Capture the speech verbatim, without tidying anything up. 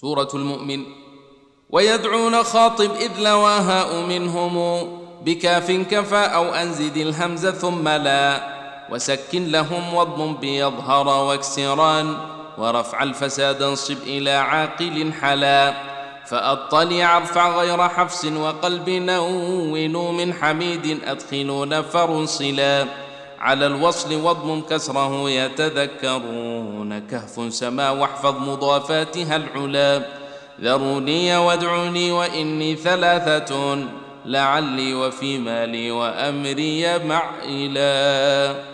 سورة المؤمن. ويدعون خاطب إذ لواهاء منهم بكاف كفى أو أنزد الهمز ثم لا وسكن لهم واضم بيظهر واكسران ورفع الفساد انصب إلى عاقل حلا فأطلع ارفع غير حفص وقلب نون من حميد أدخلون فرنصلا على الوصل واضم كسره يتذكرون كهف سما واحفظ مضافاتها العلا ذروني وادعوني وإني ثلاثة لعلي وفي مالي وأمري مع إله.